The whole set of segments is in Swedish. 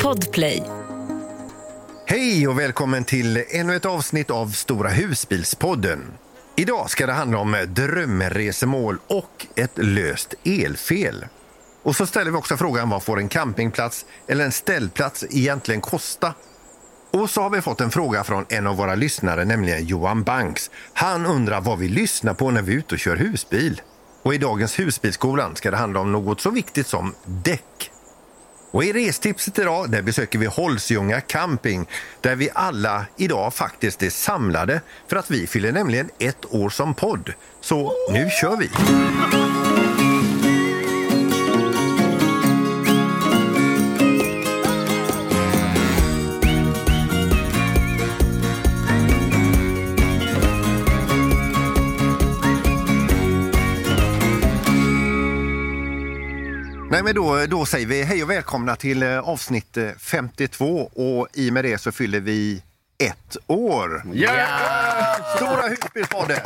Podplay. Hej och välkommen till ännu ett avsnitt av Stora husbilspodden. Idag ska det handla om drömresemål och ett löst elfel. Och så ställer vi också frågan, vad får en campingplats eller en ställplats egentligen kosta? Och så har vi fått en fråga från en av våra lyssnare, nämligen Johan Banks. Han undrar vad vi lyssnar på när vi är ute och kör husbil. Och i dagens husbilskolan ska det handla om något så viktigt som däck. Och i restipset idag, där besöker vi Holsjunga camping, där vi alla idag faktiskt är samlade för att vi fyller nämligen 1 år som podd. Så nu kör vi! Nej, men då säger vi hej och välkomna till avsnitt 52 och i med det så fyller vi 1 år. Yeah! Stora husbilspodden!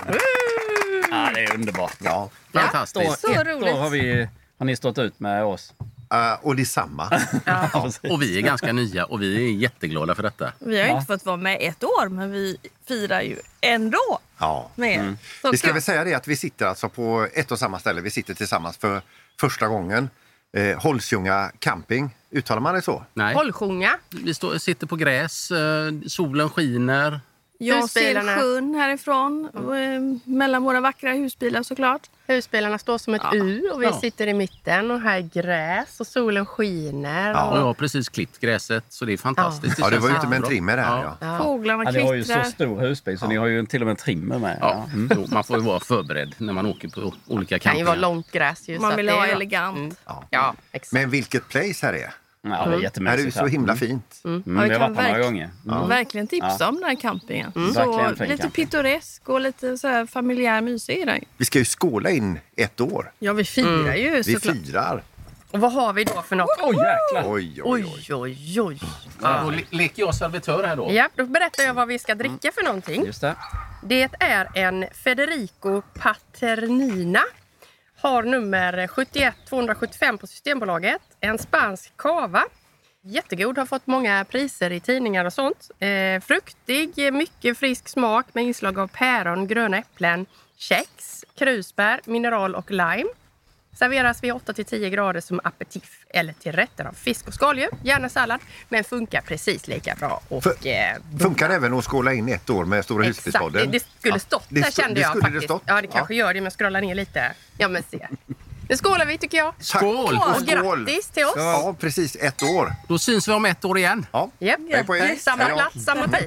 Ja, det är underbart. Ja. Fantastiskt. Så Ett roligt. år har ni stått ut med oss. Och det är samma. Ja, och vi är ganska nya och vi är jätteglada för detta. Vi har ju inte fått vara med 1 år, men vi firar ju ändå Ja. med. Så Vi ska kul. väl säga det att vi sitter alltså på ett och samma ställe. Vi sitter tillsammans för första gången. Holsjunga camping. Uttalar man det så? Nej, Holsjunga. vi sitter på gräs, solen skiner. Jag ser Husbilarna. sjön härifrån, mellan våra vackra husbilar såklart. Husbilarna står som ett U och vi Ja. sitter i mitten och här är gräs och solen skiner. Ja. Och jag har precis klippt gräset så det är fantastiskt. Ja, det var känns ute med en bra. trimmer här. Ja. Ja. Fåglarna Ja, ni har ju så kvittrar. stor husbil så ni har ju till och med en trimmer med. Ja. Jo, man får ju vara förberedd när man åker på olika Det kan ju vara campingar. långt gräs ju. så Man att vill det ha är bra. elegant. Ja, exakt. Men vilket place här är. Ja, det är Här är jättemässigt. ju så himla fint. Vi Ja, har vi kan varit där några gånger. Verkligen tipsa om den här campingen. Så Verkligen fin lite camping. pittoresk och lite så här familjär mysig i den. Vi ska ju skåla in 1 år. Ja, vi firar ju Vi såklart. firar. Och vad har vi då för något? Oj, jäklar! Oj, oj, oj. Oj, oj, oj. Ja, och leker jag servitör här då? Ja, då berättar jag vad vi ska dricka för någonting. Just det. Det är en Federico Paternina. Har nummer 71275 på Systembolaget. En spansk cava. Jättegod, har fått många priser i tidningar och sånt. Fruktig, mycket frisk smak med inslag av päron, gröna äpplen, kex, krusbär, mineral och lime. Serveras vid 8-10 grader som aperitif eller till rätter av fisk och skaldjur. Gärna sallad, men funkar precis lika bra. Och, Funkar det även att skåla in 1 år med Stora Exakt, husbilspodden? det skulle stått det där sto- kände det jag skulle faktiskt. det stått. Ja, det kanske gör det, men scrolla ner lite. Ja, men se. Nu skålar vi tycker jag. Skål! Och Skål! grattis till oss. Ja, precis 1 år. Då syns vi om 1 år igen. Ja. Japp. Hej på er. Samma Hej då. plats, samma tid.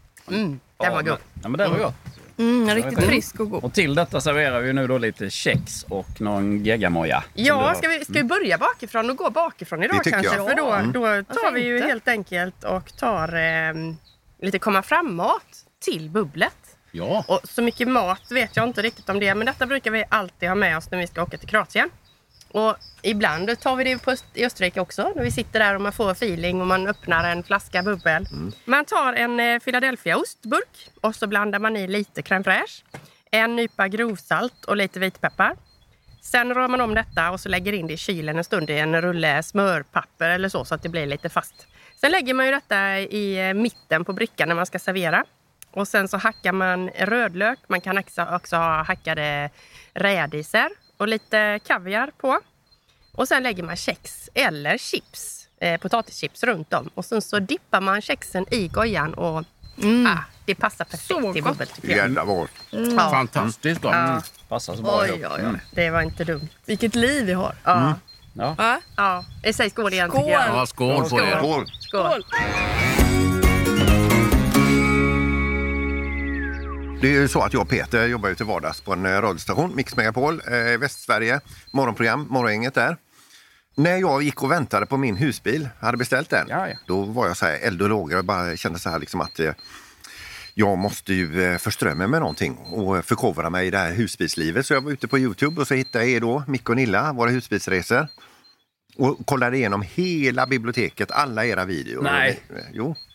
Den var god. Ja, men det var gott. Riktigt frisk och god. Och till detta serverar vi nu då lite kex och någon geggamoja. Ja, ska vi börja bakifrån och gå bakifrån idag Det tycker kanske? jag. För då tar vi ju inte? helt enkelt och tar lite komma fram-mat till bubblet. Ja, Och så mycket mat vet jag inte riktigt om det, men detta brukar vi alltid ha med oss när vi ska åka till Kroatien. Och ibland tar vi det i Österrike också, när vi sitter där och man får feeling och man öppnar en flaska bubbel. Man tar en Philadelphia ostburk och så blandar man i lite crème fraîche, en nypa grovsalt och lite vitpeppar. Sen rör man om detta och så lägger in det i kylen en stund i en rulle smörpapper eller så att det blir lite fast. Sen lägger man ju detta i mitten på brickan när man ska servera. Och sen så hackar man rödlök. Man kan också ha hackade rädisor och lite kaviar på. Och sen lägger man kex eller chips, potatischips runt om. Och sen så dippar man kexen i gojan och det passar perfekt Så till gott. bubbel tycker jag. Jävla gott. Ja. fantastiskt gott. Ja. Passar så bra Oj, ihop. oj, oj. Det var inte dumt. Vilket liv vi har. Ja. Ja. Va? Ja. Säg skål igen Skål. tycker jag. Ja, skål på er. Skål. Skål. Det är ju så att jag och Peter jobbar ju till vardags på en radiostation, Mix Megapol, Västsverige, morgonprogram, morgongänget där. När jag gick och väntade på min husbil, hade beställt den, Ja, ja. då var jag så här eld och lågor och bara kände så här liksom att jag måste ju förströmma med någonting och förkovra mig i det här husbilslivet. Så jag var ute på YouTube och så hittade jag er då, Micke och Nilla, våra husbilsresor. Och kollade igenom hela biblioteket, alla era videor. Nej. Jo.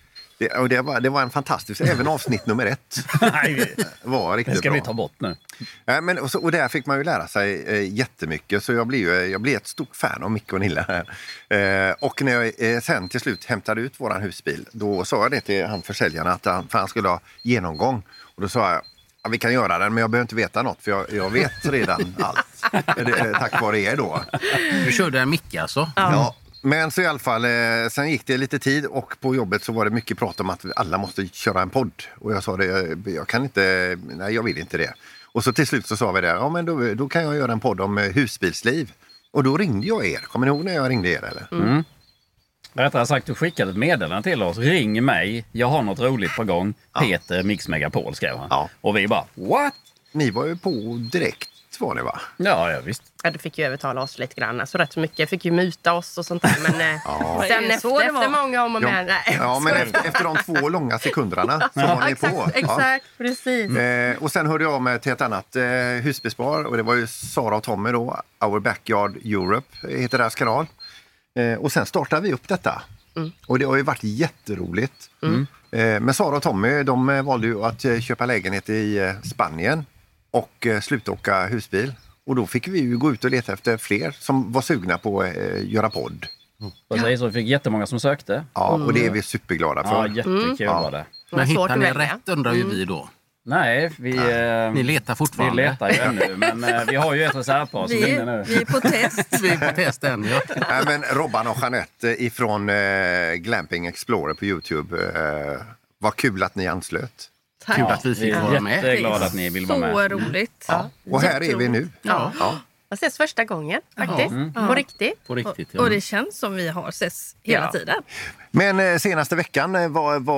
Det var en fantastisk, även avsnitt nummer 1 Nej, var riktigt det ska bra. vi ta bort nu. Men, och där fick man ju lära sig jättemycket, så jag blev ett stort fan av Micke och Nilla här. Och när jag sen till slut hämtade ut våran husbil, då sa jag det till han försäljaren att han skulle ha genomgång. Och då sa jag, ja, vi kan göra den, men jag behöver inte veta något, för jag vet redan allt. Tack vare er då. Du körde en Micke alltså? Ja. Men så i alla fall, sen gick det lite tid och på jobbet så var det mycket prat om att alla måste köra en podd. Och jag sa det, jag kan inte, nej jag vill inte det. Och så till slut så sa vi det, ja men då kan jag göra en podd om husbilsliv. Och då ringde jag er, kommer ni ihåg när jag ringde er eller? Mm. Rättare sagt, du skickade ett meddelande till oss. Ring mig, jag har något roligt på gång. Peter Mix Megapol skrev han. Ja. Och vi bara, what? Ni var ju på direkt, var ni va? Ja, visst. Ja, du fick ju övertala oss lite grann. Så rätt så mycket. Fick ju muta oss och sånt där. Men sen efter många om och med. Nej, ja, men efter de 2 långa sekunderna så var ni på. Exakt, precis. Och sen hörde jag med till ett annat husbilspar. Och det var ju Sara och Tommy då. Our Backyard Europe heter deras kanal. Och sen startade vi upp detta. Och det har ju varit jätteroligt. Men Sara och Tommy, de valde ju att köpa lägenhet i Spanien. Och sluta åka husbil. Och då fick vi ju gå ut och leta efter fler som var sugna på att göra podd. Precis, så vi fick jättemånga som sökte. Ja, och det är vi superglada för. Ja, jättekul var det. Men hittar ni rätt undrar ju vi då. Nej, ni letar fortfarande. Vi letar ju ännu, men vi har ju ett reservpar som är inne nu. Vi är på test. Vi är på test än, ja. Nej, men Robban och Jeanette ifrån Glamping Explorer på YouTube. Vad kul att ni anslöt. Tack. Kul att vi fick vara med. Jätteglada att ni vill vara med. Så roligt. Ja. Och här är vi nu. Ja. Jag ses första gången faktiskt. På riktigt. På riktigt, ja. Och det känns som vi har ses hela tiden. Men senaste veckan,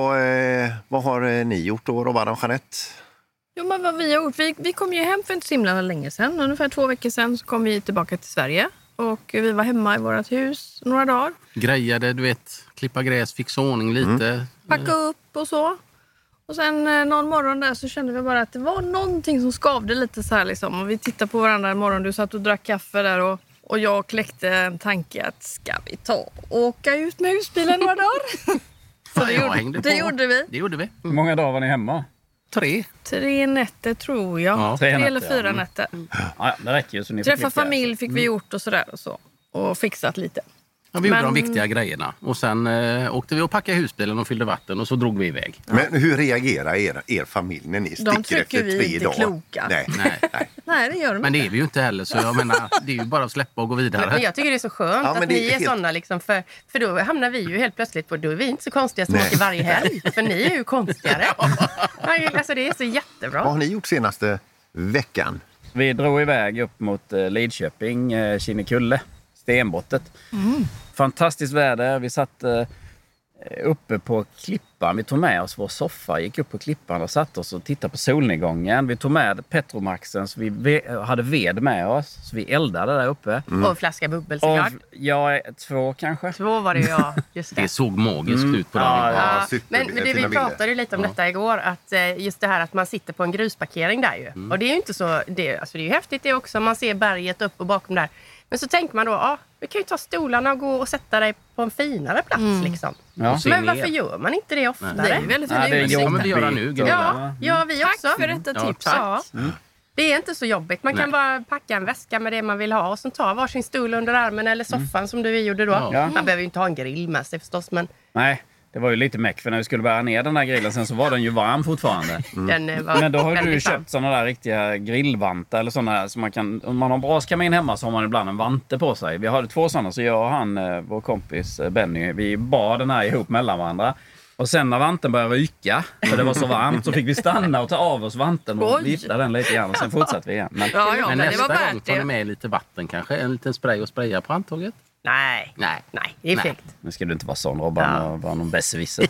vad har ni gjort då, Robban och Jeanette? Jo, men vad vi har gjort. Vi kom ju hem för inte så himla länge sedan. Ungefär 2 veckor sedan så kom vi tillbaka till Sverige. Och vi var hemma i vårt hus några dagar. Grejade, du vet, klippa gräs, fixa ordning lite. Packa upp och så. Och sen någon morgon där så kände vi bara att det var någonting som skavde lite så här liksom. Och vi tittade på varandra en morgon. Du satt och drack kaffe där och jag kläckte en tanke att ska vi ta och åka ut med husbilen några dagar? Så det gjorde vi. Det gjorde vi. Hur många dagar var ni hemma? 3 nätter tror jag. Ja. 3 eller 4 nätter. Ja, det räcker ju. Så ni Träffa familj fick vi gjort och sådär och så. Och fixat lite. Ja, vi gjorde de viktiga grejerna. Och sen åkte vi och packade husbilen och fyllde vatten och så drog vi iväg. Men hur reagerar er familj när ni sticker efter 3 dagar? De tycker vi inte kloka. Nej, det gör de. Men det är vi ju inte heller, så jag menar, det är ju bara att släppa och gå vidare. Men jag tycker det är så skönt att ni är sådana liksom, för då hamnar vi ju helt plötsligt på, då är vi inte så konstiga som åker varje helg. För ni är ju konstigare. Alltså det är så jättebra. Vad har ni gjort senaste veckan? Vi drog iväg upp mot Lidköping, Kinnekulle, stenbrottet. Fantastiskt väder. Vi satt uppe på klippan. Vi tog med oss vår soffa, gick upp på klippan och satt oss och tittade på solnedgången. Vi tog med Petromaxen, så vi hade ved med oss. Så vi eldade där uppe. Och en flaska bubbel såklart. Ja, 2 kanske. 2 var det ju, ja. Just det. Det såg magiskt ut på den. Ja. Men det vi pratade ju lite om detta igår. Att just det här att man sitter på en grusparkering där ju. Och det är ju inte så, alltså det är ju häftigt det också. Man ser berget upp och bakom där. Men så tänker man då, vi kan ju ta stolarna och gå och sätta dig på en finare plats liksom. Ja. Men varför gör man inte det oftare? Det är ju väldigt det kommer vi göra nu. Ja, vi också. Tack för detta tips. Ja. Det är inte så jobbigt. Man kan bara packa en väska med det man vill ha och så ta varsin stol under armen eller soffan som du gjorde då. Ja. Man behöver ju inte ha en grill med sig förstås, men... Nej, det var ju lite meck, för när vi skulle bära ner den där grillen sen så var den ju varm fortfarande. Men då har du köpt sådana där riktiga grillvantar eller sådana som man kan, om man har braskamin hemma så har man ibland en vante på sig. Vi hade 2 sådana, så jag och han, vår kompis Benny, vi bar den här ihop mellan varandra. Och sen när vanten började ryka, för det var så varmt, så fick vi stanna och ta av oss vanten och vifta den lite grann och sen fortsatte vi igen. Men men nästa gång tar ni med lite vatten kanske, en liten spray och spraya på handtaget. Nej, det är fint. Nu ska du inte vara sån, Robban, och vara någon besserwisser.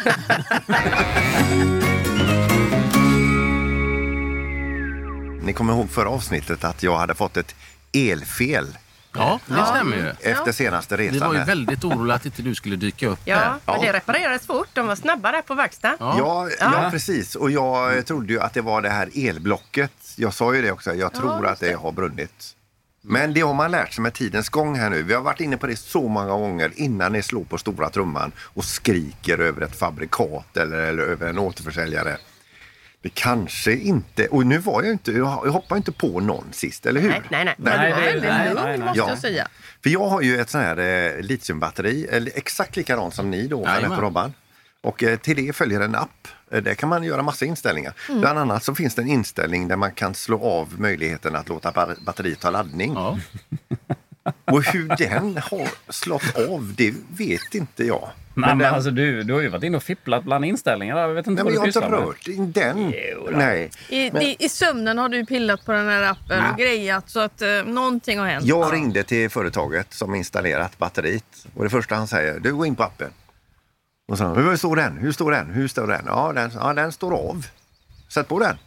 Ni kommer ihåg förra avsnittet att jag hade fått ett elfel. Ja, det stämmer ju. Efter senaste resan. Vi var ju väldigt oroliga att inte du skulle dyka upp här. Men det reparerades fort. De var snabba där på verkstad. Ja, precis. Och jag trodde ju att det var det här elblocket. Jag sa ju det också. Jag tror att det har brunnit. Men det har man lärt sig med tidens gång här nu. Vi har varit inne på det så många gånger innan ni slår på stora trumman och skriker över ett fabrikat eller över en återförsäljare. Det kanske inte... Och nu var jag hoppar inte på någon sist, eller hur? Nej. Men det var väldigt lugn, måste jag säga. För jag har ju ett sån här litiumbatteri, eller exakt likadant som ni då, på Robban. Och till det följer en app. Där kan man göra massa inställningar. Bland annat så finns det en inställning där man kan slå av möjligheten att låta batteriet ta laddning. Ja. Och hur den har slått av, det vet inte jag. Men alltså du har ju varit inne och fipplat bland inställningar. Jag vet inte vad du pysslar med. Jag har inte rört den. Nej. I sömnen har du pillat på den här appen och grejat så att någonting har hänt. Jag ringde till företaget som installerat batteriet. Och det första han säger, du går in på appen. Och så, hur står den? Ja, den står av. Sätt på den.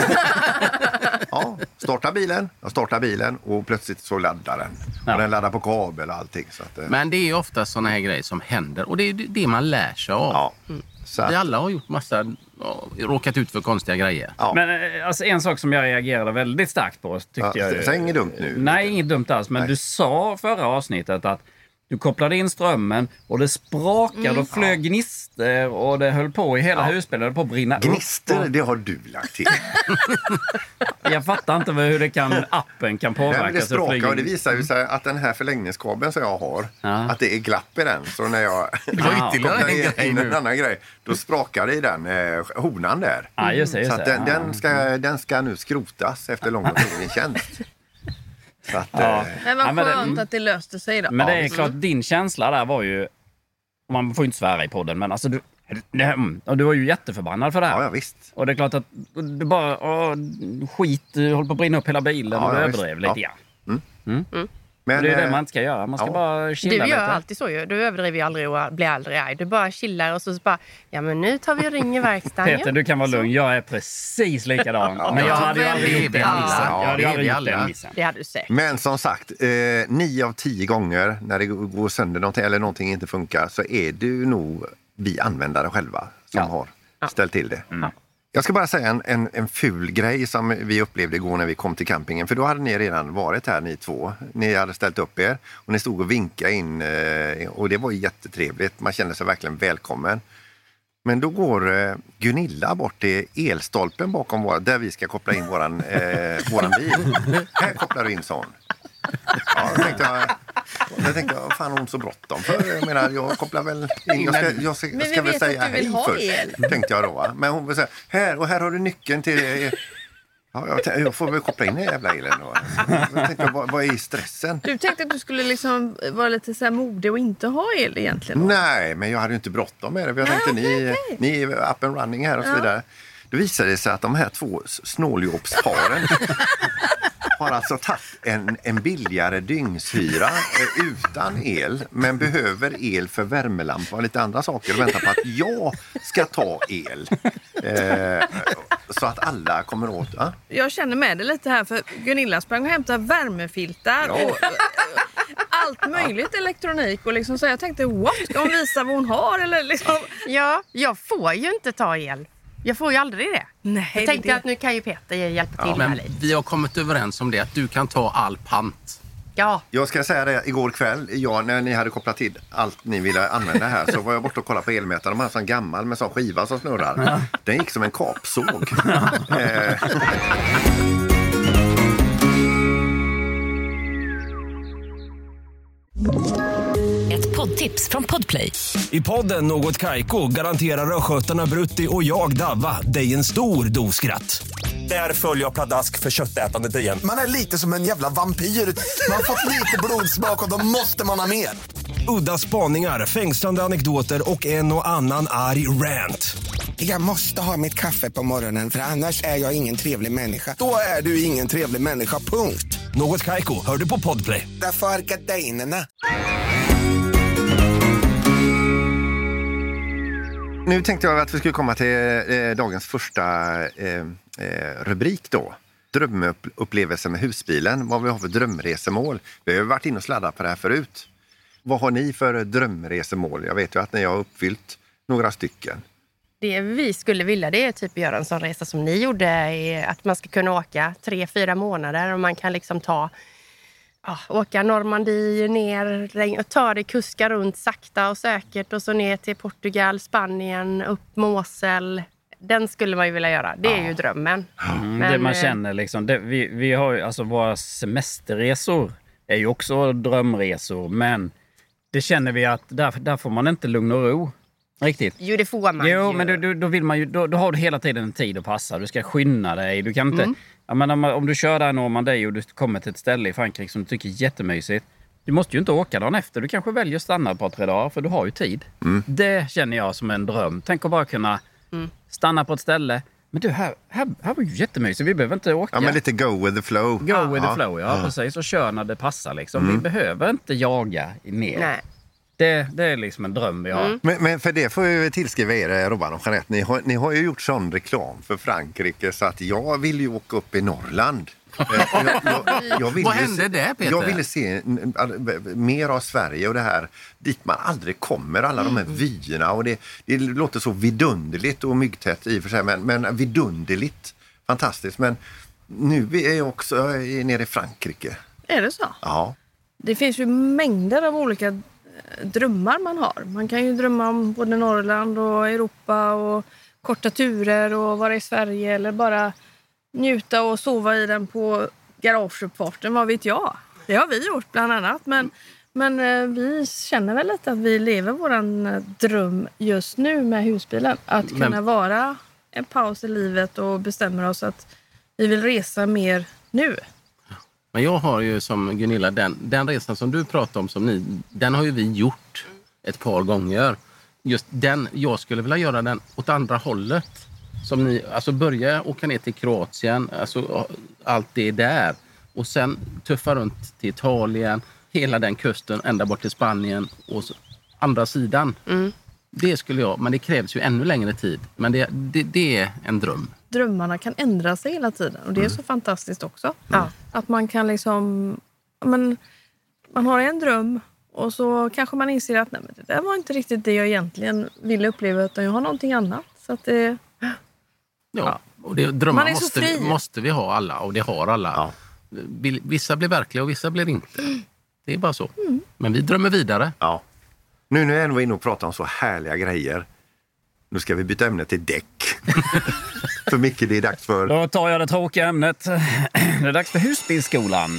Ja, starta bilen och plötsligt så laddar den. Och den laddar på kabel och allting. Så att, men det är ju ofta sådana här grejer som händer. Och det är det man lär sig av. Ja. Vi alla har gjort råkat ut för konstiga grejer. Ja. Men alltså, en sak som jag reagerade väldigt starkt på tyckte jag... Så inget dumt nu. Nej, inget dumt alls. Men du sa förra avsnittet att du kopplade in strömmen och det sprakade och flög gnister och det höll på i hela husspelet. Det höll på att brinna upp. Gnister, det har du lagt till. Jag fattar inte hur appen kan påverka. Nej, det sprakar och det visar ju sig att den här förlängningskabeln som jag har, att det är glapp i den. Så när jag kopplar in en annan grej, då sprakar det i den honan där. Ja, just det. Så att den ska nu skrotas efter lång tid i tjänst. Att, men vad skönt att det löste sig då. Men det är klart, din känsla där var ju... Man får inte svära i podden, men alltså du var ju jätteförbannad för det här. Ja, visst. Och det är klart att du bara... skit, du håller på att brinna upp hela bilen och du överdrev lite grann. Men det är det man inte ska göra. Man ska bara chilla lite. Du gör alltid så ju. Du överdriver ju aldrig och blir aldrig arg. Du bara chillar och så bara... Ja, men nu tar vi och ringer verkstaden. Peter, du kan vara lugn. Jag är precis likadan. Men jag hade ju aldrig gjort den missen. Det hade du sett. Men som sagt, 9 av 10 gånger när det går sönder någonting eller någonting inte funkar så är det ju nog vi användare själva som har ställt till det. Jag ska bara säga en ful grej som vi upplevde igår när vi kom till campingen. För då hade ni redan varit här, ni två. Ni hade ställt upp er och ni stod och vinkade in. Och det var jättetrevligt. Man kände sig verkligen välkommen. Men då går Gunilla bort till elstolpen bakom där vi ska koppla in våran bil. Här kopplar du in sån. Ja, jag tänkte, vad fan har hon så bråttom för? Jag menar, jag kopplar väl in. Jag ska väl säga hej först, tänkte jag då. Men hon vill säga, här har du nyckeln till... Ja, jag får väl koppla in den jävla elen då. Jag tänkte, vad är stressen? Du tänkte att du skulle liksom vara lite så här modig och inte ha el egentligen då? Nej, men jag hade ju inte bråttom med det. Jag tänkte, ni är up and running här och så vidare. Det visade sig att de här 2 snåljåpsparen har alltså tagit en billigare dygnshyra utan el, men behöver el för värmelampa och lite andra saker och väntar på att jag ska ta el. Så att alla kommer åt. Jag känner med det lite här, för Gunilla sprang och hämtade värmefiltar och allt möjligt elektronik och liksom så jag tänkte, what? Ska hon visa vad hon har? Eller liksom... Ja, jag får ju inte ta el. Jag får ju aldrig det. Nej, jag tänkte att nu kan ju Peter hjälpa till här lite. Vi har kommit överens om det, att du kan ta all pant. Ja. Jag ska säga det, igår kväll, när ni hade kopplat till allt ni ville använda här, så var jag borta och kollade på elmätaren. De har en sån gammal med sån skiva som snurrar. Den gick som en kapsåg. Ett poddtips från Podplay. I podden Något Kaiko garanterar röskötarna Brutti och jag Davva dig en stor doskratt. Där följer jag pladask för köttätandet igen. Man är lite som en jävla vampyr. Man har fått lite blodsmak och då måste man ha mer. Udda spaningar, fängslande anekdoter och en och annan arg rant. Jag måste ha mitt kaffe på morgonen för annars är jag ingen trevlig människa. Då är du ingen trevlig människa, punkt. Något Kaiko, hör du på Podplay. Därför är gardinerna. Nu tänkte jag att vi skulle komma till dagens första rubrik då. Drömupplevelse med husbilen. Vad vi har för drömresemål. Vi har varit inne och sladdat på det här förut. Vad har ni för drömresemål? Jag vet ju att ni har uppfyllt några stycken. Det vi skulle vilja, det är typ göra en sån resa som ni gjorde. Att man ska kunna åka 3-4 månader och man kan liksom ta åka Normandie ner, ta det kuska runt sakta och säkert och så ner till Portugal, Spanien, upp Mosel. Den skulle man ju vilja göra. Det är ju drömmen. Men, det man känner liksom, vi har ju, alltså våra semesterresor är ju också drömresor, men det känner vi att där får man inte lugn och ro. Riktigt. Jo, det får man ju. Men då vill man ju, då har du hela tiden en tid att passa. Du ska skynda dig. Du kan inte, om du kör där i Normandie och du kommer till ett ställe i Frankrike som du tycker är jättemysigt. Du måste ju inte åka dagen efter. Du kanske väljer att stanna på 3 dagar för du har ju tid. Det känner jag som en dröm. Tänk att bara kunna stanna på ett ställe. Men du, här var ju jättemysigt. Vi behöver inte åka. Ja, men lite go with the flow. Go with the flow, precis. Och kör när det passar liksom. Vi behöver inte jaga mer. Nej. Det är liksom en dröm vi har. Men för det får jag tillskriva er, Robban och Jeanette. Ni har ju gjort sån reklam för Frankrike så att jag vill ju åka upp i Norrland. Vad hände där, Peter? Jag ville se mer av Sverige och det här dit man aldrig kommer, alla de här vyerna. Och det låter så vidunderligt och myggtätt i och för sig, men vidunderligt. Fantastiskt. Men nu är jag också nere i Frankrike. Är det så? Ja. Det finns ju mängder av olika drömmar man har. Man kan ju drömma om både Norrland och Europa och korta turer och vara i Sverige eller bara njuta och sova i den på garageuppfarten, vad vet jag. Det har vi gjort bland annat, men vi känner väl lite att vi lever våran dröm just nu med husbilen. Att kunna vara en paus i livet och bestämmer oss att vi vill resa mer nu. Men jag har ju som Gunilla, den resan som du pratar om, den har ju vi gjort ett par gånger. Just den, jag skulle vilja göra den åt andra hållet. Som ni, alltså börja åka ner till Kroatien, alltså allt det där. Och sen tuffa runt till Italien, hela den kusten, ända bort till Spanien och så, andra sidan. Det skulle jag, men det krävs ju ännu längre tid. Men det är en dröm. Drömmarna kan ändra sig hela tiden och det är så fantastiskt också. Att man kan liksom, man har en dröm och så kanske man inser att nej, men det där var inte riktigt det jag egentligen ville uppleva utan jag har någonting annat. Så att det... Ja, och drömmar måste vi ha alla och det har alla. Ja. Vissa blir verkliga och vissa blir inte. Det är bara så. Men vi drömmer vidare. Ja. Nu när jag ändå var inne och pratade om så härliga grejer. Nu ska vi byta ämne till däck. För mycket det är dags för... Då tar jag det tråkiga ämnet. Det är dags för husbilsskolan.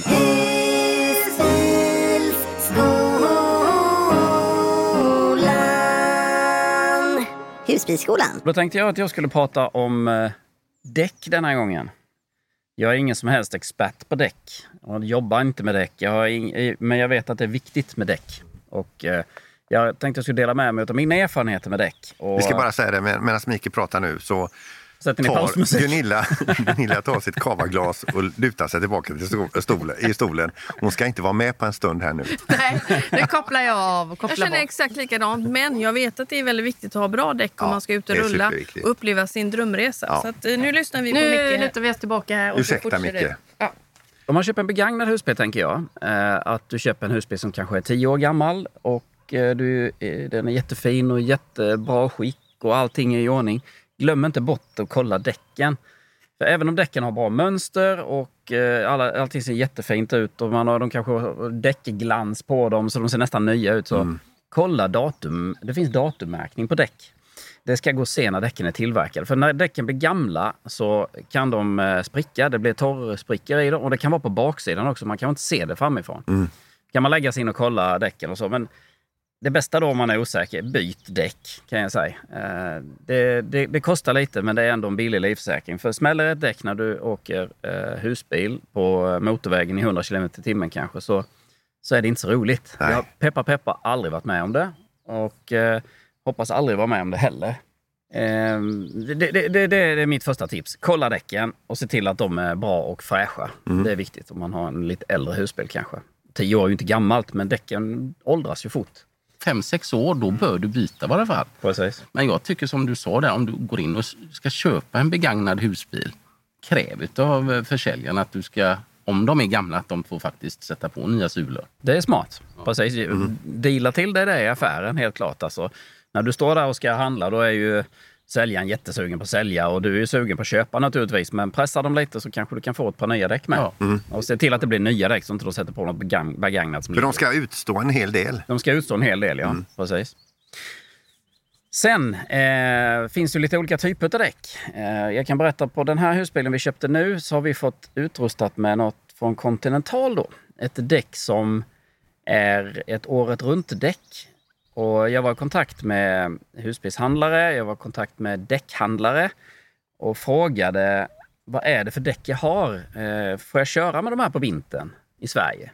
Husbilsskolan. Då tänkte jag att jag skulle prata om däck den här gången. Jag är ingen som helst expert på däck. Jag jobbar inte med däck. Men jag vet att det är viktigt med däck. Och jag tänkte jag skulle dela med mig av mina erfarenheter med däck. Och, vi ska bara säga det, medan Mikael pratar nu så tar Gunilla tar sitt kavaglas och lutar sig tillbaka till stolen. Hon ska inte vara med på en stund här nu. Nej, nu kopplar jag av och kopplar Jag känner exakt likadant, men jag vet att det är väldigt viktigt att ha bra däck om man ska ut och rulla och uppleva sin drömresa. Ja. Så att, nu lyssnar vi på Micke. Nu lutar vi oss tillbaka och ursäkta Micke. Ja. Om man köper en begagnad husbil tänker jag att du köper en husbil som kanske är 10 år gammal och den är jättefin och jättebra skick och allting är i ordning. Glöm inte bort att kolla däcken. För även om däcken har bra mönster och allting ser jättefint ut och de kanske har däckglans på dem så de ser nästan nya ut. Så kolla datum. Det finns datummärkning på däck. Det ska gå att se när däcken är tillverkade. För när däcken blir gamla så kan de spricka. Det blir torrsprickor i dem och det kan vara på baksidan också. Man kan inte se det framifrån. Kan man lägga sig in och kolla däcken och så. Men det bästa då om man är osäker, byt däck kan jag säga. Det kostar lite men det är ändå en billig livssäkring. För smäller ett däck när du åker husbil på motorvägen i 100 km/h kanske så är det inte så roligt. Nej. Jag har peppa aldrig varit med om det och hoppas aldrig vara med om det heller. Det är mitt första tips. Kolla däcken och se till att de är bra och fräscha. Det är viktigt om man har en lite äldre husbil kanske. 10 år är ju inte gammalt men däcken åldras ju fort. 5-6 år, då bör du byta i varje fall. Precis. Men jag tycker som du sa där, om du går in och ska köpa en begagnad husbil, kräv av försäljaren att du ska, om de är gamla, att de får faktiskt sätta på nya sulor. Det är smart. Precis. Deala till det i affären, helt klart. Alltså, när du står där och ska handla, då är ju säljaren jättesugen på att sälja och du är sugen på att köpa naturligtvis. Men pressar dem lite så kanske du kan få ett par nya däck med. Ja. Och se till att det blir nya däck så inte du sätter på något begagnat. För de ska utstå en hel del. De ska utstå en hel del, ja. Precis. Sen finns det lite olika typer av däck. Jag kan berätta på den här husbilen vi köpte nu så har vi fått utrustat med något från Continental då. Ett däck som är ett året runt däck. Och jag var i kontakt med husbilshandlare, jag var i kontakt med däckhandlare och frågade vad är det för däck jag har? Får jag köra med de här på vintern i Sverige?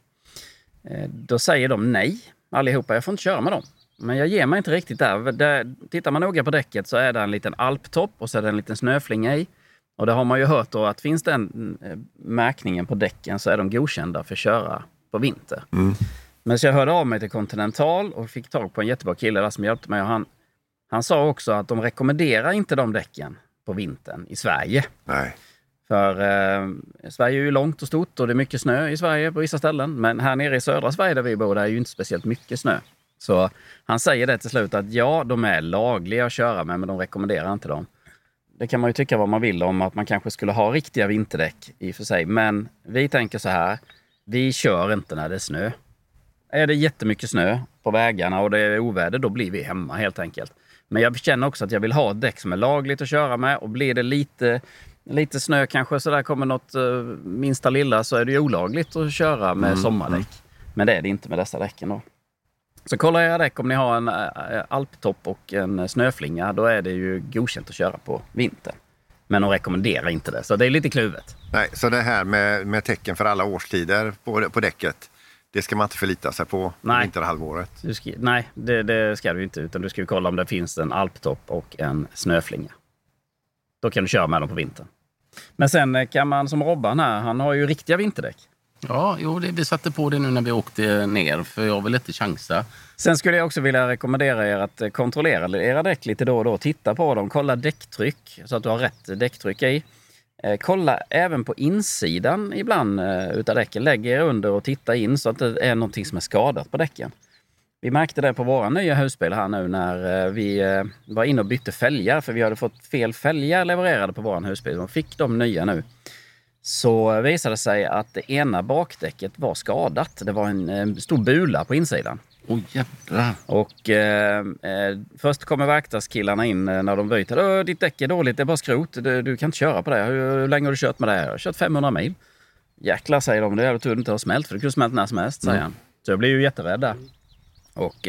Då säger de nej, allihopa, jag får inte köra med dem. Men jag ger mig inte riktigt där. Tittar man noga på däcket så är det en liten alptopp och så är det en liten snöflinga i. Och det har man ju hört då att finns den märkningen på däcken så är de godkända för att köra på vinter. Men så jag hörde av mig till Continental och fick tag på en jättebra kille där som hjälpte mig. Och han sa också att de rekommenderar inte de däcken på vintern i Sverige. Nej. För Sverige är ju långt och stort och det är mycket snö i Sverige på vissa ställen. Men här nere i södra Sverige där vi bor där är ju inte speciellt mycket snö. Så han säger det till slut att ja, de är lagliga att köra med men de rekommenderar inte dem. Det kan man ju tycka vad man vill om att man kanske skulle ha riktiga vinterdäck i och för sig. Men vi tänker så här, vi kör inte när det är snö. Är det jättemycket snö på vägarna och det är oväder, då blir vi hemma helt enkelt. Men jag känner också att jag vill ha ett däck som är lagligt att köra med. Och blir det lite snö kanske så där kommer något minsta lilla så är det ju olagligt att köra med sommardäck. Men det är det inte med dessa däcken då. Så kolla era däck om ni har en alptopp och en snöflinga, då är det ju godkänt att köra på vintern. Men de rekommenderar inte det, så det är lite kluvet. Nej, så det här med tecken för alla årstider på däcket, det ska man inte förlita sig på vinterhalvåret. Nej, det ska du inte, utan du ska ju kolla om det finns en alptopp och en snöflinga. Då kan du köra med dem på vintern. Men sen kan man som Robban här, han har ju riktiga vinterdäck. Ja, vi satte på det nu när vi åkte ner för jag vill inte chansa. Sen skulle jag också vilja rekommendera er att kontrollera era däck lite då och då. Titta på dem, kolla däcktryck så att du har rätt däcktryck i. Kolla även på insidan ibland utav däcken. Lägg er under och titta in så att det är någonting som är skadat på däcken. Vi märkte det på våra nya husbil här nu när vi var inne och bytte fälgar. För vi hade fått fel fälgar levererade på våran husbil. De fick de nya nu. Så visade det sig att det ena bakdäcket var skadat. Det var en stor bula på insidan. Jävlar. Och först kommer verkstadskillarna in när de byter. Ditt däck är dåligt, det är bara skrot. Du kan inte köra på det. Hur länge har du kört med det här? Jag har kört 500 mil. Jäklar, säger de. Det är tur inte har smält, för det kunde smält när som helst, säger han. Så jag blev ju jätterädd där. Och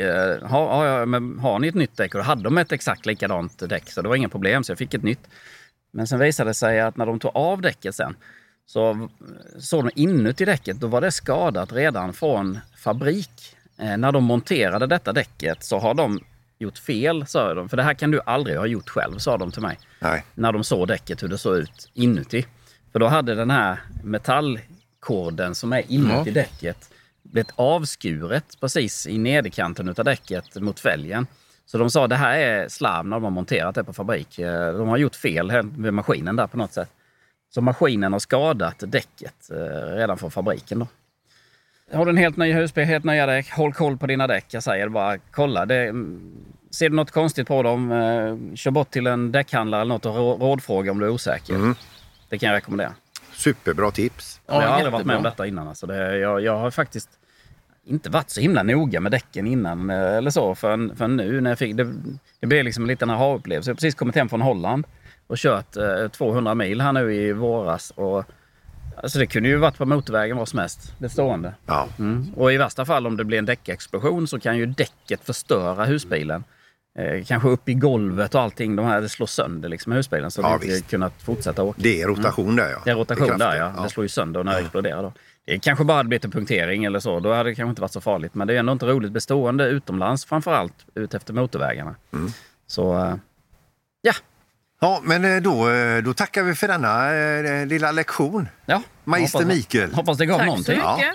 har ni ett nytt däck? Och då hade de ett exakt likadant däck. Så det var inga problem, så jag fick ett nytt. Men sen visade det sig att när de tog av däcket sen så såg de inuti däcket, då var det skadat redan från fabrik. När de monterade detta däcket så har de gjort fel, sa de. För det här kan du aldrig ha gjort själv, sa de till mig. Nej. När de såg däcket, hur det såg ut inuti. För då hade den här metallkorden som är inuti däcket blivit avskuret precis i nederkanten utav däcket mot fälgen. Så de sa att det här är slarv när de har monterat det på fabrik. De har gjort fel med maskinen där på något sätt. Så maskinen har skadat däcket redan från fabriken då. Har du en helt ny husbil, helt nya däck, håll koll på dina däck. Jag säger bara, kolla. Ser du något konstigt på dem, kör bort till en däckhandlare eller något och rådfråga om du är osäker. Det kan jag rekommendera. Superbra tips. Jag har aldrig varit med om detta innan. Alltså jag har faktiskt inte varit så himla noga med däcken innan eller så. För nu när jag fick det blev liksom en liten aha-upplevelse. Jag har precis kommit hem från Holland och kört 200 mil här nu i våras. Och, alltså det kunde ju varit på motorvägen vad som helst. Det stående. Ja. Och i värsta fall om det blir en däckexplosion så kan ju däcket förstöra husbilen. Kanske upp i golvet och allting. Det slår sönder liksom husbilen så att vi inte kunnat fortsätta åka. Det är rotation där, ja. Det är rotation där, ja. Det slår ju sönder när det exploderar då. Det kanske bara hade blivit en punktering eller så. Då hade det kanske inte varit så farligt. Men det är ändå inte roligt bestående utomlands. Framförallt ut efter motorvägarna. Så, ja. Ja, men då tackar vi för denna lilla lektion. Ja. Magister Mikael. Hoppas det gav Tack någonting. så mycket.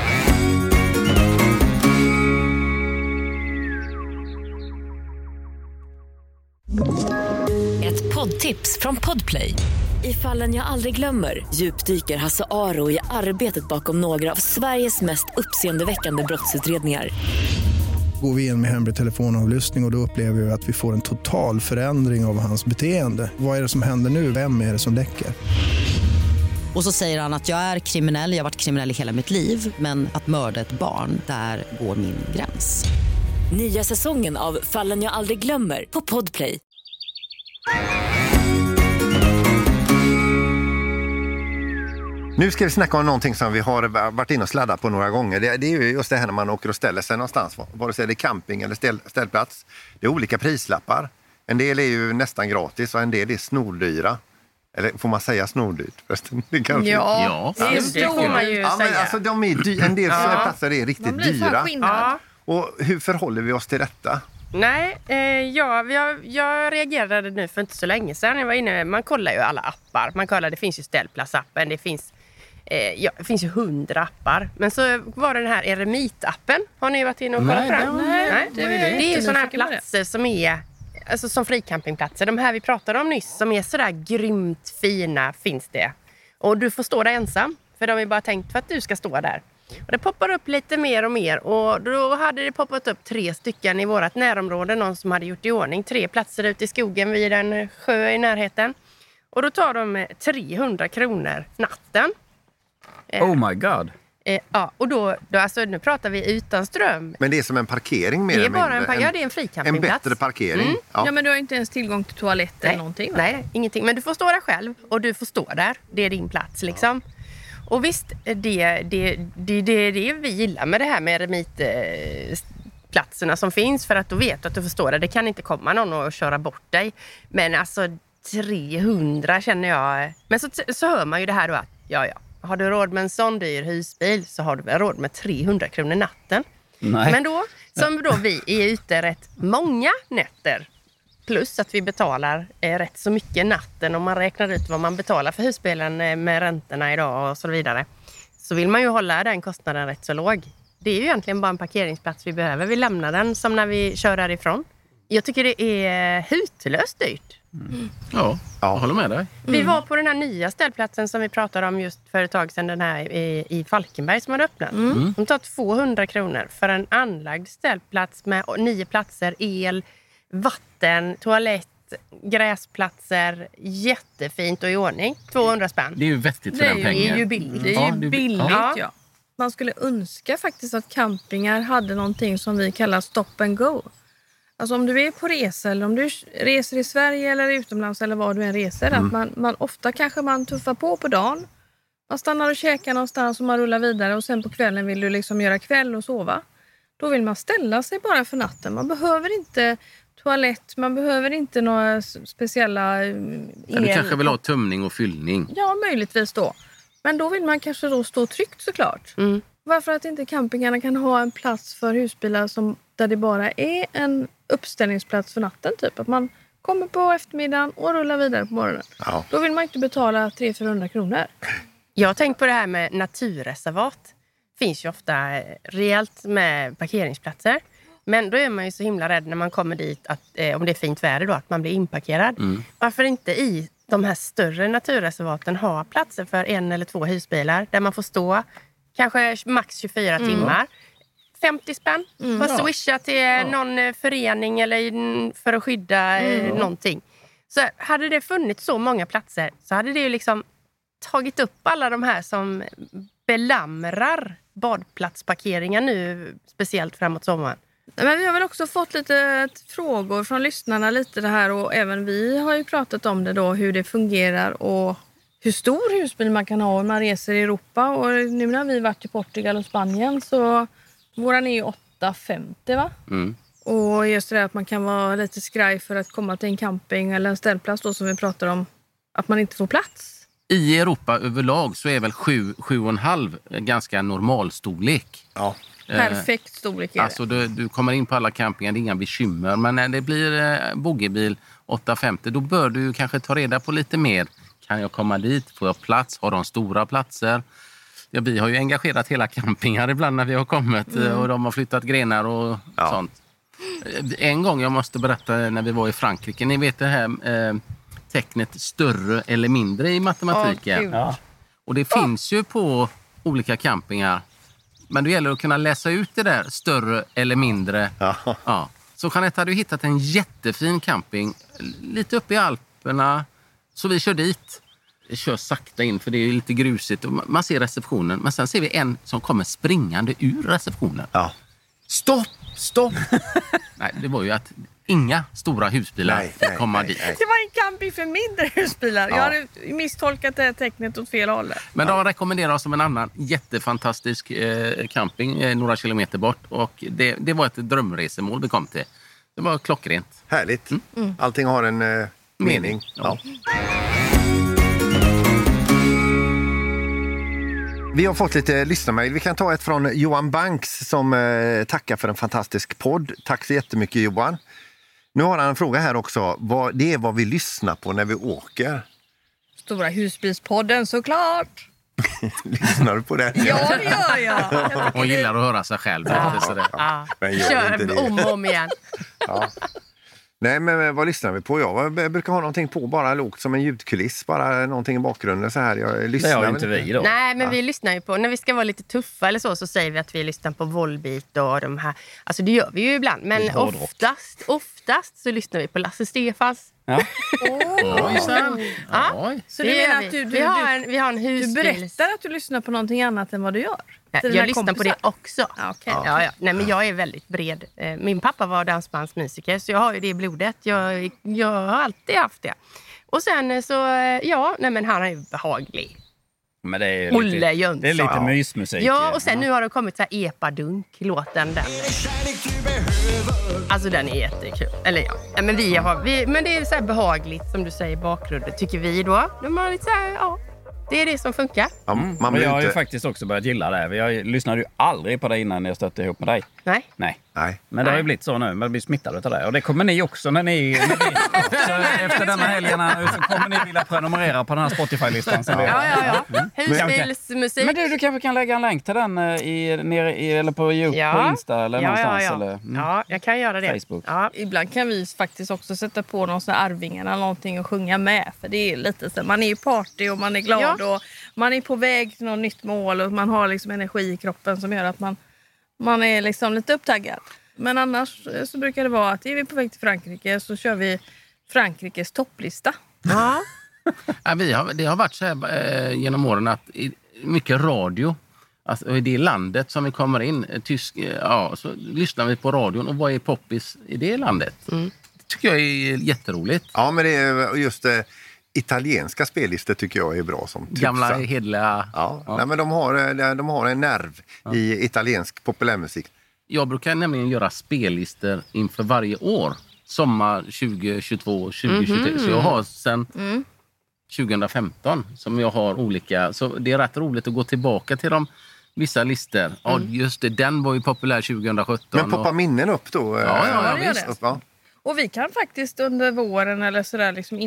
Ett poddtips från Podplay. I Fallen jag aldrig glömmer djupdyker Hasse Aro i arbetet bakom några av Sveriges mest uppseendeväckande brottsutredningar. Går vi in med hemlig telefonavlyssning och då upplever vi att vi får en total förändring av hans beteende. Vad är det som händer nu? Vem är det som läcker? Och så säger han att jag är kriminell, jag har varit kriminell i hela mitt liv. Men att mörda ett barn, där går min gräns. Nya säsongen av Fallen jag aldrig glömmer på Podplay. Nu ska vi snacka om någonting som vi har varit inne och sladdat på några gånger. Det är ju just det här när man åker och ställer sig någonstans. Vare sig det är camping eller ställplats. Det är olika prislappar. En del är ju nästan gratis och en del är snordyra. Eller får man säga snordyrt förresten? Det får man ju säga. Men alltså, en del platser är riktigt dyra. Ja. Och hur förhåller vi oss till detta? Nej, jag reagerade nu för inte så länge sedan. Jag var inne, man kollar ju alla appar. Man kollar, det finns ju ställplatsappen, det finns ju 100 appar. Men så var det den här Eremit-appen. Har ni varit inne och kollat på den? Nej. Det är ju sådana här platser som är, alltså som fricampingplatser. De här vi pratade om nyss, som är sådär grymt fina, finns det. Och du får stå där ensam, för de är bara tänkt för att du ska stå där. Och det poppar upp lite mer och mer. Och då hade det poppat upp 3 stycken i vårt närområde. Någon som hade gjort i ordning 3 platser ute i skogen vid en sjö i närheten. Och då tar de 300 kronor natten. Oh my god. Ja, och då alltså, nu pratar vi utan ström. Men det är som en parkering mer. Det är bara det är en fricampingplats. En bättre parkering. Ja, men du har inte ens tillgång till toalett eller någonting. Va? Nej, ingenting. Men du får stå där själv och du får stå där. Det är din plats liksom. Och visst, det är det vi gillar med det här med remitplatserna som finns. För att då vet du att du förstår det. Det kan inte komma någon och köra bort dig. Men alltså 300 känner jag. Men så hör man ju det här då att har du råd med en sån dyr husbil så har du väl råd med 300 kronor natten. Nej. Men då, som då vi är ute rätt många nätter. Plus att vi betalar rätt så mycket natten om man räknar ut vad man betalar för husbilen med räntorna idag och så vidare. Så vill man ju hålla den kostnaden rätt så låg. Det är ju egentligen bara en parkeringsplats vi behöver. Vi lämnar den som när vi kör därifrån. Jag tycker det är hutlöst dyrt. Ja, jag håller med dig. Vi var på den här nya ställplatsen som vi pratade om just för ett tag sedan. Den här i Falkenberg som hade öppnat. De tar 200 kronor för en anlagd ställplats med 9 platser, el, vatten, toalett, gräsplatser, jättefint och i ordning. 200 spänn. Det är ju vettigt för den pengen. Det är ju billigt. Det är ju billigt, ja. Man skulle önska faktiskt att campingar hade någonting som vi kallar stop and go. Alltså om du är på resa eller om du reser i Sverige eller utomlands eller var du än reser. Att man ofta kanske man tuffar på dagen. Man stannar och käkar någonstans och man rullar vidare. Och sen på kvällen vill du liksom göra kväll och sova. Då vill man ställa sig bara för natten. Man behöver inte toalett, man behöver inte några speciella Du kanske vill ha tömning och fyllning. Ja, möjligtvis då. Men då vill man kanske då stå tryggt såklart. Varför att inte campingarna kan ha en plats för husbilar där det bara är en uppställningsplats för natten typ. Att man kommer på eftermiddagen och rullar vidare på morgonen. Ja. Då vill man inte betala 300-400 kronor. Jag har tänkt på det här med naturreservat. Finns ju ofta rejält med parkeringsplatser. Men då är man ju så himla rädd när man kommer dit att om det är fint väder då att man blir inparkerad. Varför inte i de här större naturreservaten ha platser för 1 eller 2 husbilar där man får stå kanske max 24 timmar. 50 spänn. Får swisha till någon förening eller för att skydda någonting. Så hade det funnits så många platser så hade det ju liksom tagit upp alla de här som belamrar badplatsparkeringar nu, speciellt framåt sommaren. Men vi har väl också fått lite frågor från lyssnarna lite det här och även vi har ju pratat om det då, hur det fungerar och hur stor husbil man kan ha om man reser i Europa. Och nu när vi varit i Portugal och Spanien så våran är ju 850 va? Och just det där att man kan vara lite skraj för att komma till en camping eller en ställplats då som vi pratar om, att man inte får plats. I Europa överlag så är väl 7,5 ganska normal storlek. Ja. Perfekt storlek är det. Alltså du kommer in på alla campingar, det är inga bekymmer. Men när det blir bogeybil 850 då bör du kanske ta reda på lite mer. Kan jag komma dit? Får jag plats? Har de stora platser? Ja, vi har ju engagerat hela campingar ibland när vi har kommit och de har flyttat grenar och sånt. En gång jag måste berätta när vi var i Frankrike. Ni vet det här tecknet större eller mindre i matematiken. Och det finns ju på olika campingar Men det gäller att kunna läsa ut det där större eller mindre. Ja. Så Jeanette hade ju hittat en jättefin camping lite uppe i Alperna. Så vi kör dit. Vi kör sakta in för det är lite grusigt. Och man ser receptionen. Men sen ser vi en som kommer springande ur receptionen. Ja. Stopp! Nej, det var ju att inga stora husbilar komma dit. Det var en camping för mindre husbilar. Jag hade misstolkat det här tecknet åt fel håll. Men de rekommenderar oss som en annan jättefantastisk camping några kilometer bort. Och det var ett drömresemål vi kom till. Det var klockrent. Härligt. Allting har en mening. Ja. Vi har fått lite lyssnarmail. Vi kan ta ett från Johan Banks som tackar för en fantastisk podd. Tack så jättemycket Johan. Nu har han en fråga här också. Det är vad vi lyssnar på när vi åker. Stora husbilspodden såklart. Lyssnar du på det? Ja, det gör jag. Hon gillar att höra sig själv. Kör om och om igen. Ja. Nej, men vad lyssnar vi på? Jag brukar ha någonting på, bara lågt som en ljudkuliss, bara någonting i bakgrunden så här. Jag lyssnar. Det har inte vi då. Nej, men vi lyssnar ju på, när vi ska vara lite tuffa eller så säger vi att vi lyssnar på Volbeat och de här. Alltså det gör vi ju ibland, men oftast så lyssnar vi på Lasse Stefans. Ja. Så du menar att vi har en husbil. Du berättar att du lyssnar på någonting annat än vad du gör? Jag lyssnar på det också. Okay. Ja. Nej, men jag är väldigt bred. Min pappa var dansbandsmusiker så jag har ju det i blodet. Jag har alltid haft det. Och sen så, men han är ju behaglig. Men det är lite mysmusik. Ja, och sen nu har det kommit så här Epadunk-låten. Den. Alltså den är jättekul. Eller men men det är så här behagligt som du säger i bakgrunden tycker vi då. De har lite så här, det är det som funkar. Men jag har ju faktiskt också börjat gilla det. Jag lyssnade ju aldrig på det innan jag stötte ihop med dig. Nej. Men det har ju blivit så nu. Man blir smittad av det. Och det kommer ni också när ni efter denna helgerna så kommer ni vilja prenumerera på den här Spotify-listan. Husbilsmusik. Men du kanske kan lägga en länk till den eller på YouTube, på Insta eller någonstans. Eller, ja, jag kan göra det. Facebook. Ja. Ibland kan vi faktiskt också sätta på någon sån här Arvingarna eller någonting och sjunga med. För det är lite så, man är ju party och man är glad och man är på väg till något nytt mål och man har liksom energi i kroppen som gör att man är liksom lite upptaggad. Men annars så brukar det vara att är vi på väg till Frankrike så kör vi Frankrikes topplista. Ja. Det har varit så här genom åren att mycket radio, alltså i det landet som vi kommer in, så lyssnar vi på radion och vad är poppis i det landet? Det tycker jag är jätteroligt. Ja, men det är just italienska spellistor tycker jag är bra som tusan. Gamla hedliga. Ja. Nej, men de har en nerv i italiensk populärmusik. Jag brukar nämligen göra spellistor inför varje år. Sommar 2022, 2023. Så jag har sedan 2015 som jag har olika. Så det är rätt roligt att gå tillbaka till vissa listor. Ja, just det. Den var ju populär 2017. Men poppa minnen upp då? Ja, visst. Ja. Och vi kan faktiskt under våren eller sådär liksom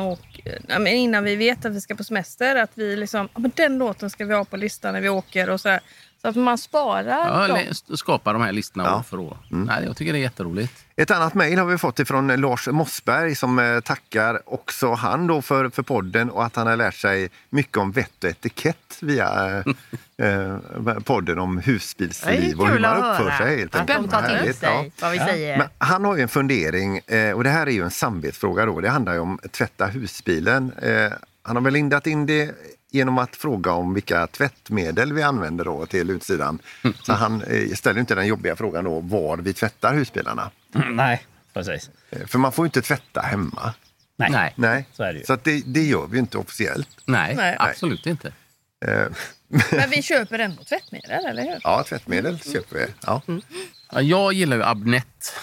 innan vi vet att vi ska på semester att vi liksom, men den låten ska vi ha på listan när vi åker och sådär. Så att man sparar dem. Skapar de här listorna år för år. Nej, jag tycker det är jätteroligt. Ett annat mejl har vi fått ifrån Lars Mossberg som tackar också han då för podden och att han har lärt sig mycket om vett och etikett via podden om husbilsliv och hur man uppför sig. Helt vad vi säger. Men han har ju en fundering och det här är ju en samvetsfråga då. Det handlar ju om tvätta husbilen. Han har väl lindat in det genom att fråga om vilka tvättmedel vi använder då till utsidan. Så han ställer inte den jobbiga frågan då var vi tvättar husbilarna. Nej, precis. För man får ju inte tvätta hemma. Nej. Så är det ju. Så att det gör vi inte officiellt. Nej, absolut inte. Men vi köper ändå tvättmedel, eller hur? Ja, tvättmedel köper vi. Ja. Ja, jag gillar ju Abnett.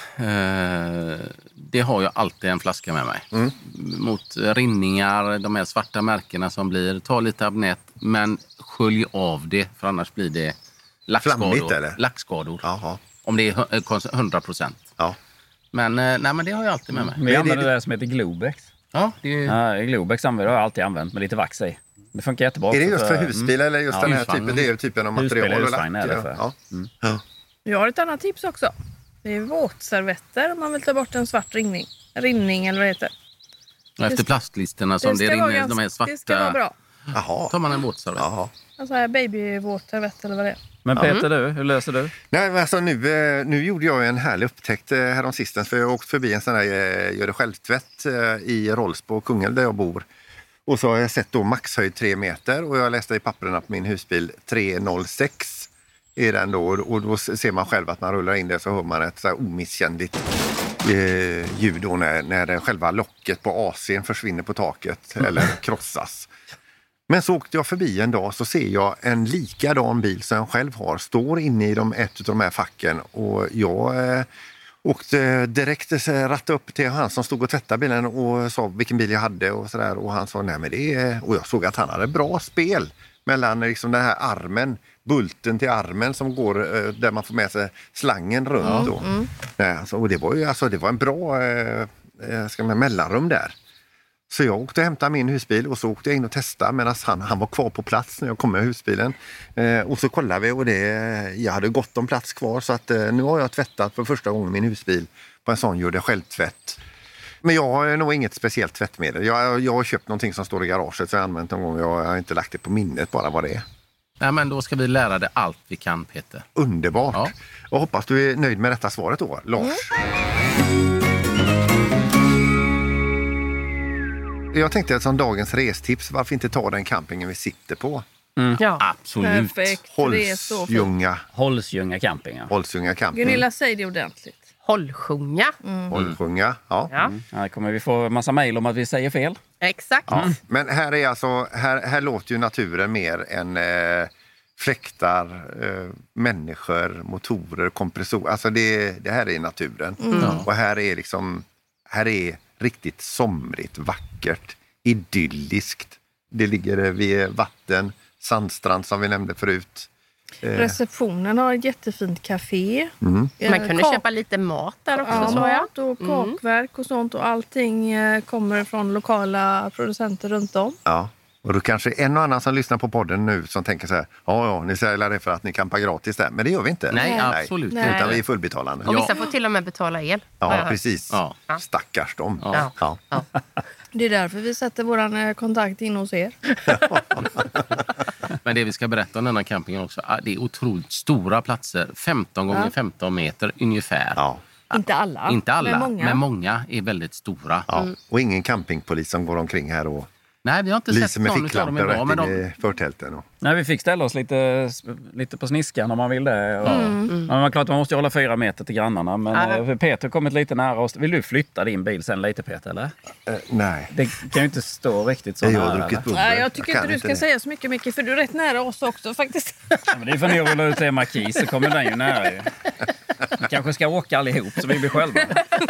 Det har jag alltid en flaska med mig. Mot rinningar, de här svarta märkena som blir. Ta lite Abnett, men skölj av det. För annars blir det lackskador. Jaha. Om det är 100%. Ja. Men det har jag alltid med mig. Vi använder det som heter Globex. Ja, Globex har jag alltid använt med lite vax i. Det funkar jättebra. Är det just för husbil eller just den här typen? Det är typen av material och lack. Jag har ett annat tips också. Det är våtservetter om man vill ta bort en svart rinning eller vad det heter. Efter plastlisterna som det rinner, de är svarta. Det ska vara bra. Jaha. Tar man en våtservett. Alltså här babyvåtservett eller vad det är. Men Peter, hur löser du? Nej, men alltså nu gjorde jag en härlig upptäckt häromsistens, för jag åkte förbi en sån där gör det självtvätt i Rollsbo, Kungälv där jag bor. Och så har jag sett då maxhöjd 3 meter och jag läste i papperna på min husbil 306 är den då, och då ser man själv att man rullar in det så hör man ett så här omisskännligt ljud då när själva locket på AC:n försvinner på taket eller krossas. Men så åkte jag förbi en dag, så ser jag en likadan bil som jag själv har står inne i ett av de här facken, och jag åkte direkt ratta upp till han som stod och tvättade bilen och sa vilken bil jag hade och sådär, och han sa nej men det är, och jag såg att han hade bra spel mellan liksom den här armen, bulten till armen som går där man får med sig slangen runt då. Nej, alltså, och det var ju det var en bra mellanrum där. Så jag åkte och hämtade min husbil och så åkte jag in och testade medan han var kvar på plats när jag kom med husbilen. Och så kollade vi och jag hade gott om plats kvar, så att nu har jag tvättat för första gången min husbil på en sån gör det självtvätt. Men jag har nog inget speciellt tvättmedel. Jag har köpt någonting som står i garaget så jag har använt någon gång. Jag har inte lagt det på minnet bara vad det är. Nej, men då ska vi lära dig allt vi kan, Peter. Underbart. Ja. Jag hoppas du är nöjd med detta svaret då, Lars. Jag tänkte att som dagens restips, varför inte ta den campingen vi sitter på? Ja, absolut. Perfekt. Holsjunga camping. Ja. Holsjunga camping. Gunilla, säger det ordentligt. Hållsjunga. Hållsjunga, ja. Här kommer vi få en massa mejl om att vi säger fel. Exakt. Ja. Men här är alltså, här låter ju naturen mer än fläktar, människor, motorer, kompressorer. Alltså det här är naturen. Och här är riktigt somrigt, vackert, idylliskt. Det ligger vid vatten, sandstrand som vi nämnde förut. Receptionen har ett jättefint café. Man kunde köpa lite mat där också. Ja, mat och kakverk och sånt, och allting kommer från lokala producenter runt om. Ja, och då kanske en och annan som lyssnar på podden nu som tänker så här, ja, ni säger det för att ni campar gratis där. Men det gör vi inte. Nej, absolut. Nej. Utan vi är fullbetalande. Och vissa får till och med betala el. Ja, precis. Ja. Stackars dem. Ja. Det är därför vi sätter våran kontakt in hos er. Men det vi ska berätta om denna campingen också, det är otroligt stora platser. 15 gånger 15 meter ungefär. Ja. Inte alla, men många är väldigt stora. Ja. Och ingen campingpolis som går omkring här och nej, vi har inte sett någon av dem idag. Men i förtälten. Nej, vi fick ställa oss lite på sniskan om man vill det. Men man är klart man måste hålla 4 meter till grannarna. Men Peter har kommit lite nära oss. Vill du flytta din bil sen lite, Peter, eller? Nej. Det kan ju inte stå riktigt så nära. Nej, jag tycker inte du ska säga så mycket, för du är rätt nära oss också faktiskt. Ja, men det är för när jag vill ut till Marquis så kommer den ju nära ju. Vi kanske ska åka allihop så vi blir själva.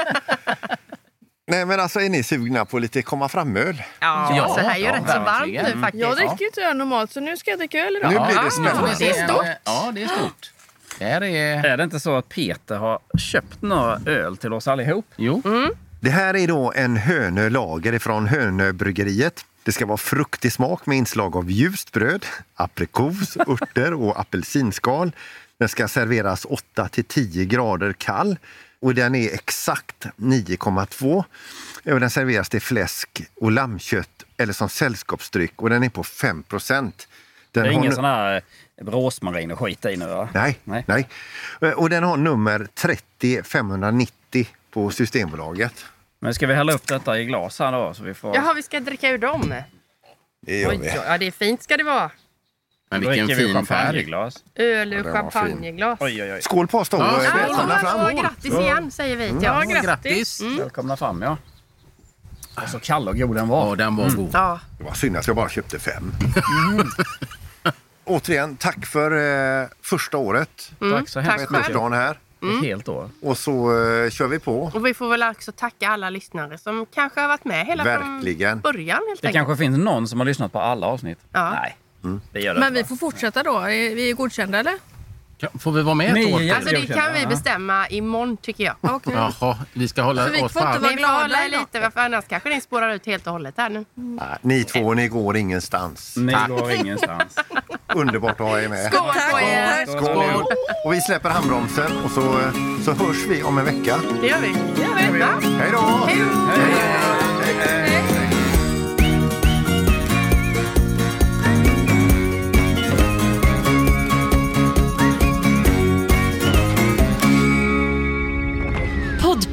Nej, men alltså är ni sugna på lite komma fram-öl? Ja, så här är ju rätt så varmt nu faktiskt. Jag dricker ju inte öl normalt, så nu ska jag dricka öl idag. Nu blir det spännande. Det är stort. Ja, det är stort. Är det inte så att Peter har köpt några öl till oss allihop? Jo. Det här är då en Hönölager från Hönöbryggeriet. Det ska vara fruktig smak med inslag av ljust bröd, aprikos, örter och apelsinskal. Den ska serveras 8-10 grader kall. Och den är exakt 9,2. Och den serveras till fläsk och lammkött eller som sällskapsdryck. Och den är på 5%. Det är ingen sån här rosmarin och skit i nu, va? Nej. Och den har nummer 30590 på Systembolaget. Men ska vi hälla upp detta i glas här då? Så vi får... Jaha, vi ska dricka ur dem. Det gör vi. Ja, det är fint ska det vara. Men vilken fin färg. Öl och champagneglas. Oj. Skål på oss då. Välkomna fram. Grattis igen, säger vi. Ja, grattis. Välkomna fram, ja. Så kall och god den var. Ja, den var god. Ja. Det var synd att jag bara köpte 5. Återigen, tack för första året. Tack så hemskt mycket. Dagen här. Ett helt år. Och så kör vi på. Och vi får väl också tacka alla lyssnare som kanske har varit med hela från början. Det kanske finns någon som har lyssnat på alla avsnitt. Ja. Nej, det gör det. Men vi får fortsätta då. Vi är godkända, eller? Får vi vara med ett år? Alltså det kan vi bestämma imorgon, tycker jag. Okay. Jaha, vi ska hålla så vi oss får inte vara glada lite, för annars kanske ni spårar ut helt och hållet här nu. Ni två, ni går ingenstans. Ni går ingenstans. Underbart att ha er med. Skål på er! Skål! Och vi släpper handbromsen och så hörs vi om en vecka. Det gör vi. Hej då! Hej då!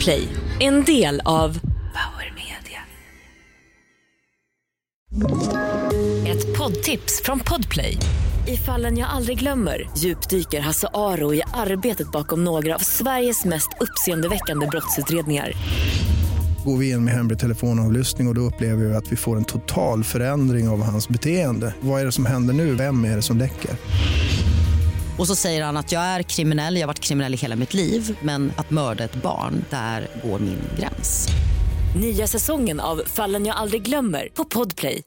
Podplay, en del av Power Media. Ett poddtips från Podplay. I Fallen jag aldrig glömmer djupdyker Hasse Aro i arbetet bakom några av Sveriges mest uppseendeväckande brottsutredningar. Går vi in med hemlig telefonavlyssning och då upplever vi att vi får en total förändring av hans beteende. Vad är det som händer nu? Vem är det som läcker? Och så säger han att jag är kriminell, jag har varit kriminell i hela mitt liv. Men att mörda ett barn, där går min gräns. Nya säsongen av Fallen jag aldrig glömmer på Podplay.